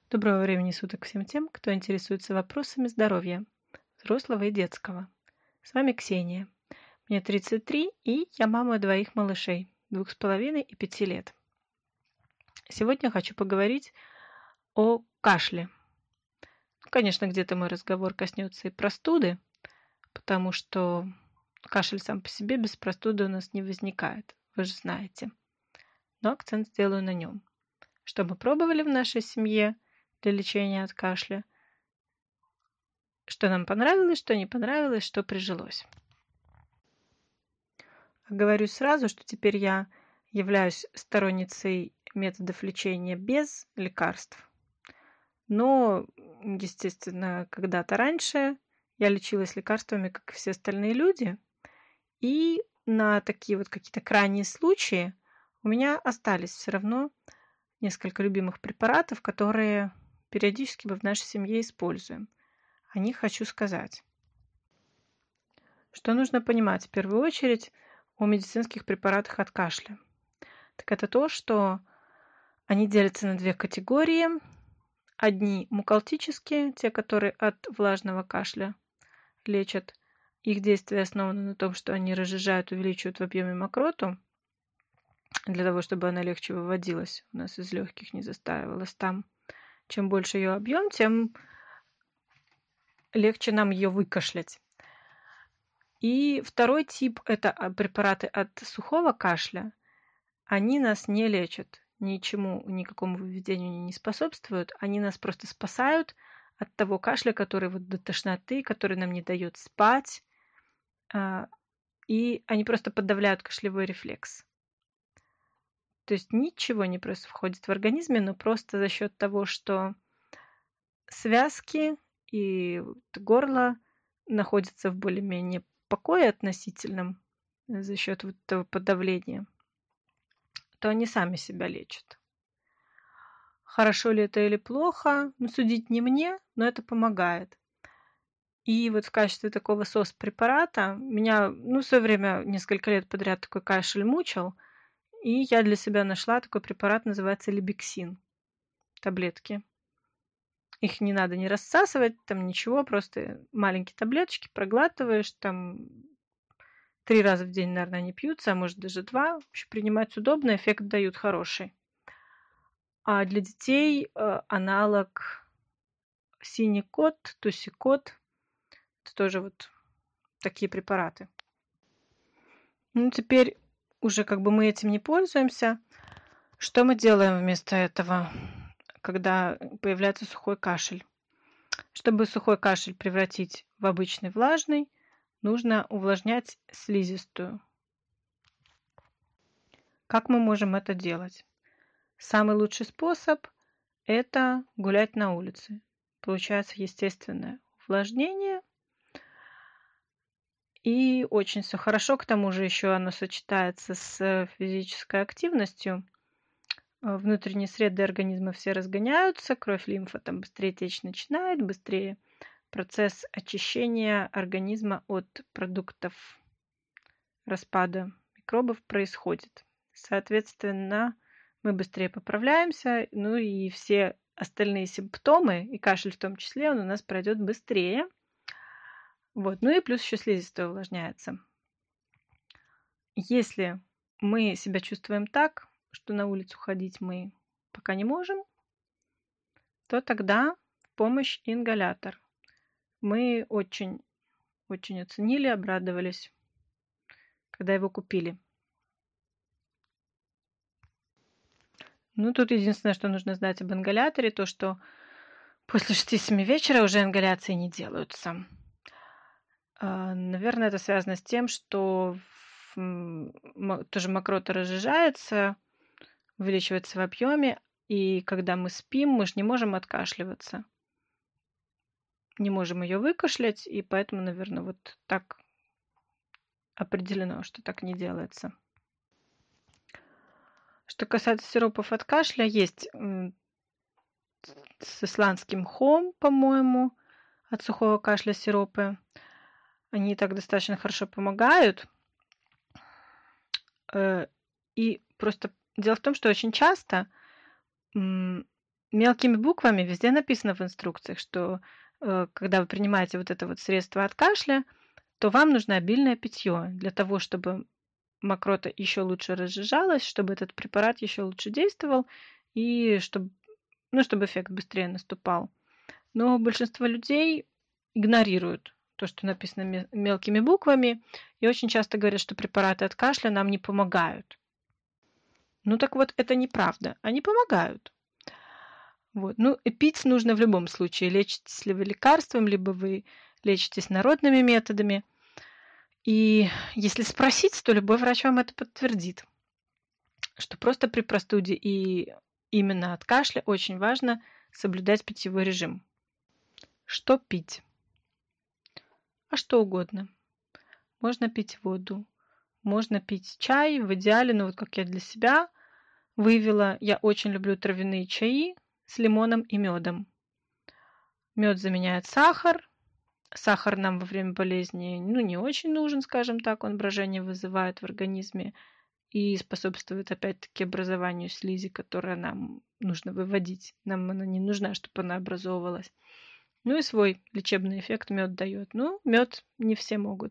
Доброго времени суток всем тем, кто интересуется вопросами здоровья, взрослого и детского. С вами Ксения. Мне 33, и я мама двоих малышей, 2,5 и 5 лет. Сегодня хочу поговорить о кашле. Конечно, где-то мой разговор коснется и простуды, потому что кашель сам по себе без простуды у нас не возникает, вы же знаете. Но акцент сделаю на нем. Что мы пробовали в нашей семье для лечения от кашля, что нам понравилось, что не понравилось, что прижилось. Оговорюсь сразу, что теперь я являюсь сторонницей методов лечения без лекарств. Но, естественно, когда-то раньше я лечилась лекарствами, как и все остальные люди. И на такие вот какие-то крайние случаи у меня остались все равно несколько любимых препаратов, которые периодически мы в нашей семье используем. О них хочу сказать. Что нужно понимать в первую очередь о медицинских препаратах от кашля? Так это то, что они делятся на две категории. Одни мукалтические, те, которые от влажного кашля лечат. Их действие основано на том, что они разжижают, увеличивают в объеме мокроту, для того, чтобы она легче выводилась, у нас из легких не застаивалась там. Чем больше ее объем, тем легче нам ее выкашлять. И второй тип – это препараты от сухого кашля. Они нас не лечат, ничему, никакому выведению не способствуют. Они нас просто спасают от того кашля, который вот до тошноты, который нам не дает спать. И они просто подавляют кашлевой рефлекс. То есть ничего не происходит в организме, но просто за счет того, что связки и горло находятся в более-менее покое относительном за счет вот этого подавления, то они сами себя лечат. Хорошо ли это или плохо? Ну, судить не мне, но это помогает. И вот в качестве такого СОС-препарата меня, в свое время, несколько лет подряд такой кашель мучил, и я для себя нашла такой препарат, называется Либексин. Таблетки. Их не надо не рассасывать, там ничего, просто маленькие таблеточки проглатываешь, там 3 раза в день, наверное, они пьются, а может даже 2. Вообще принимать удобно, эффект дают хороший. А для детей аналог Синикот, Тусикот. Это тоже вот такие препараты. Ну, теперь уже как бы мы этим не пользуемся. Что мы делаем вместо этого, когда появляется сухой кашель? Чтобы сухой кашель превратить в обычный влажный, нужно увлажнять слизистую. Как мы можем это делать? Самый лучший способ – это гулять на улице. Получается естественное увлажнение. И очень все хорошо, к тому же еще оно сочетается с физической активностью. Внутренние среды организма все разгоняются, кровь, лимфа там быстрее течь начинает, быстрее процесс очищения организма от продуктов распада микробов происходит. Соответственно, мы быстрее поправляемся, ну и все остальные симптомы, и кашель в том числе, он у нас пройдет быстрее. Вот. Ну и плюс еще слизистая увлажняется. Если мы себя чувствуем так, что на улицу ходить мы пока не можем, то тогда в помощь ингалятор. Мы очень оценили, обрадовались, когда его купили. Ну, тут единственное, что нужно знать об ингаляторе, то, что после 6-7 вечера уже ингаляции не делаются. Наверное, это связано с тем, что тоже мокрота разжижается, увеличивается в объеме, и когда мы спим, мы же не можем откашливаться. Не можем ее выкашлять, и поэтому, наверное, вот так определено, что так не делается. Что касается сиропов от кашля, есть с исландским мхом, по-моему, от сухого кашля сиропы. Они так достаточно хорошо помогают. И просто дело в том, что очень часто мелкими буквами везде написано в инструкциях, что когда вы принимаете вот это вот средство от кашля, то вам нужно обильное питье для того, чтобы мокрота еще лучше разжижалась, чтобы этот препарат еще лучше действовал и чтобы, ну, чтобы эффект быстрее наступал. Но большинство людей игнорируют то, что написано мелкими буквами, и очень часто говорят, что препараты от кашля нам не помогают. Ну так вот, это неправда. Они помогают. Вот. Ну, и пить нужно в любом случае. Лечитесь ли вы лекарством, либо вы лечитесь народными методами. И если спросить, то любой врач вам это подтвердит, что просто при простуде и именно от кашля очень важно соблюдать питьевой режим. Что пить? А что угодно. Можно пить воду, можно пить чай, в идеале, ну вот как я для себя вывела, я очень люблю травяные чаи с лимоном и медом. Мед заменяет сахар. Сахар нам во время болезни, ну, не очень нужен, скажем так, он брожение вызывает в организме и способствует, опять-таки, образованию слизи, которая нам нужно выводить. Нам она не нужна, чтобы она образовывалась. Ну и свой лечебный эффект мед дает. Ну, мед не все могут.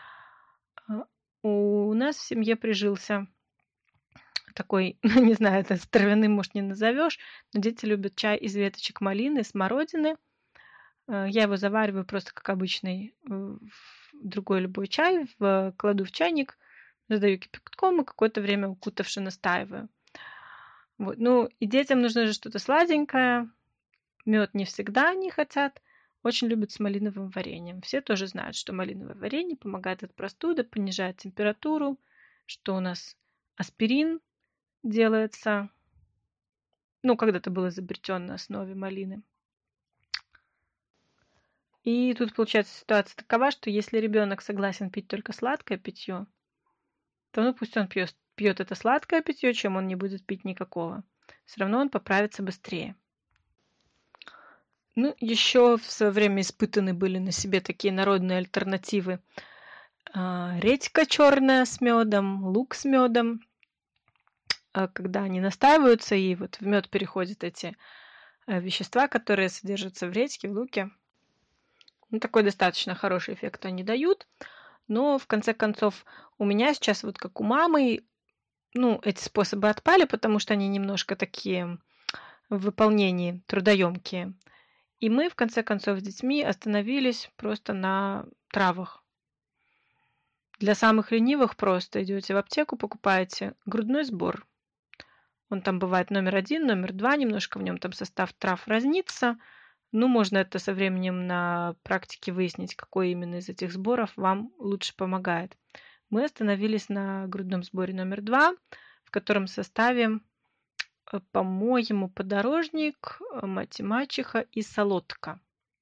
У нас в семье прижился такой, ну, не знаю, это травяным, может, не назовешь, но дети любят чай из веточек малины, смородины. Я его завариваю просто как обычный другой любой чай, кладу в чайник, задаю кипятком и какое-то время укутавши настаиваю. Вот. Ну, и детям нужно же что-то сладенькое. Мед не всегда они хотят. Очень любят с малиновым вареньем. Все тоже знают, что малиновое варенье помогает от простуды, понижает температуру, что у нас аспирин делается, ну, когда-то был изобретен на основе малины. И тут получается ситуация такова, что если ребенок согласен пить только сладкое питье, то ну пусть он пьет это сладкое питье, чем он не будет пить никакого. Все равно он поправится быстрее. Ну, еще в свое время испытаны были на себе такие народные альтернативы. Редька черная с медом, лук с медом. Когда они настаиваются, и вот в мед переходят эти вещества, которые содержатся в редьке, в луке. Ну, такой достаточно хороший эффект они дают. Но, в конце концов, у меня сейчас, вот как у мамы, ну, эти способы отпали, потому что они немножко такие в выполнении трудоемкие. И мы, в конце концов, с детьми остановились просто на травах. Для самых ленивых просто идете в аптеку, покупаете грудной сбор. Он там бывает номер 1, номер 2, немножко в нем там состав трав разнится. Ну, можно это со временем на практике выяснить, какой именно из этих сборов вам лучше помогает. Мы остановились на грудном сборе номер 2, в котором составе, по-моему, подорожник, мать и мачеха и солодка.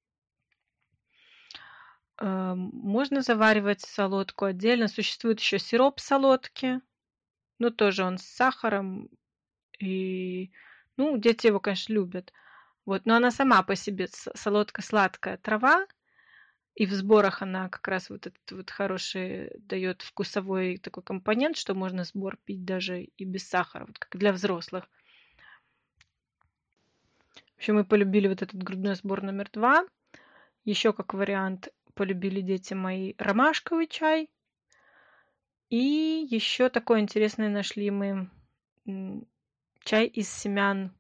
Можно заваривать солодку отдельно. Существует еще сироп солодки, но тоже он с сахаром. И, ну, дети его, конечно, любят. Вот, но она сама по себе солодко-сладкая трава, и в сборах она как раз вот этот вот хороший дает вкусовой такой компонент, что можно сбор пить даже и без сахара, вот как для взрослых. В общем, мы полюбили вот этот грудной сбор номер 2. Еще как вариант полюбили дети мои ромашковый чай. И еще такой интересный нашли мы чай из семян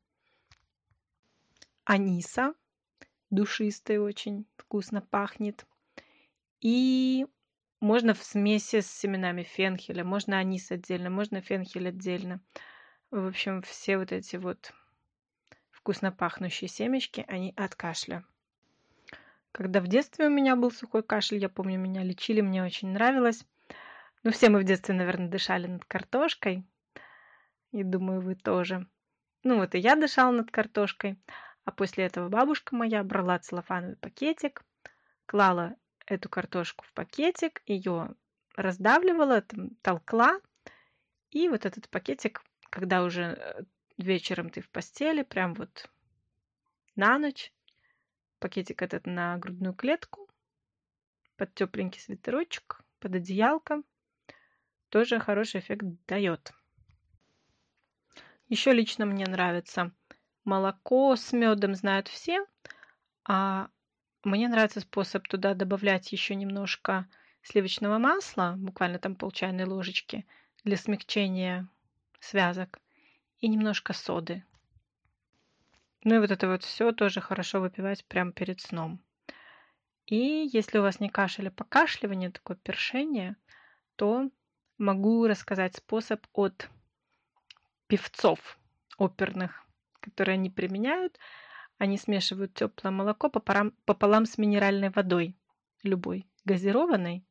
аниса. Душистый очень, вкусно пахнет. И можно в смеси с семенами фенхеля. Можно анис отдельно, можно фенхель отдельно. В общем, все вот эти вот вкусно пахнущие семечки, они от кашля. Когда в детстве у меня был сухой кашель, я помню, меня лечили, мне очень нравилось. Ну, все мы в детстве, наверное, дышали над картошкой. И думаю, вы тоже. Ну, вот и я дышала над картошкой. А после этого бабушка моя брала целлофановый пакетик, клала эту картошку в пакетик, ее раздавливала, толкла. И вот этот пакетик, когда уже вечером ты в постели, прям вот на ночь, пакетик этот на грудную клетку, под тепленький свитерочек, под одеялко, тоже хороший эффект дает. Еще лично мне нравится молоко с медом знают все, а мне нравится способ туда добавлять еще немножко сливочного масла, буквально там пол-чайной ложечки, для смягчения связок, и немножко соды. Ну и вот это вот все тоже хорошо выпивать прямо перед сном. И если у вас не кашель, а покашливание, такое першение, то могу рассказать способ от певцов оперных, которые они применяют. Они смешивают теплое молоко пополам с минеральной водой, любой, газированной.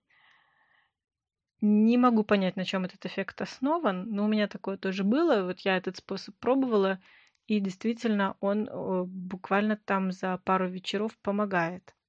Не могу понять, на чем этот эффект основан, но у меня такое тоже было. Вот я этот способ пробовала, и действительно он буквально там за пару вечеров помогает.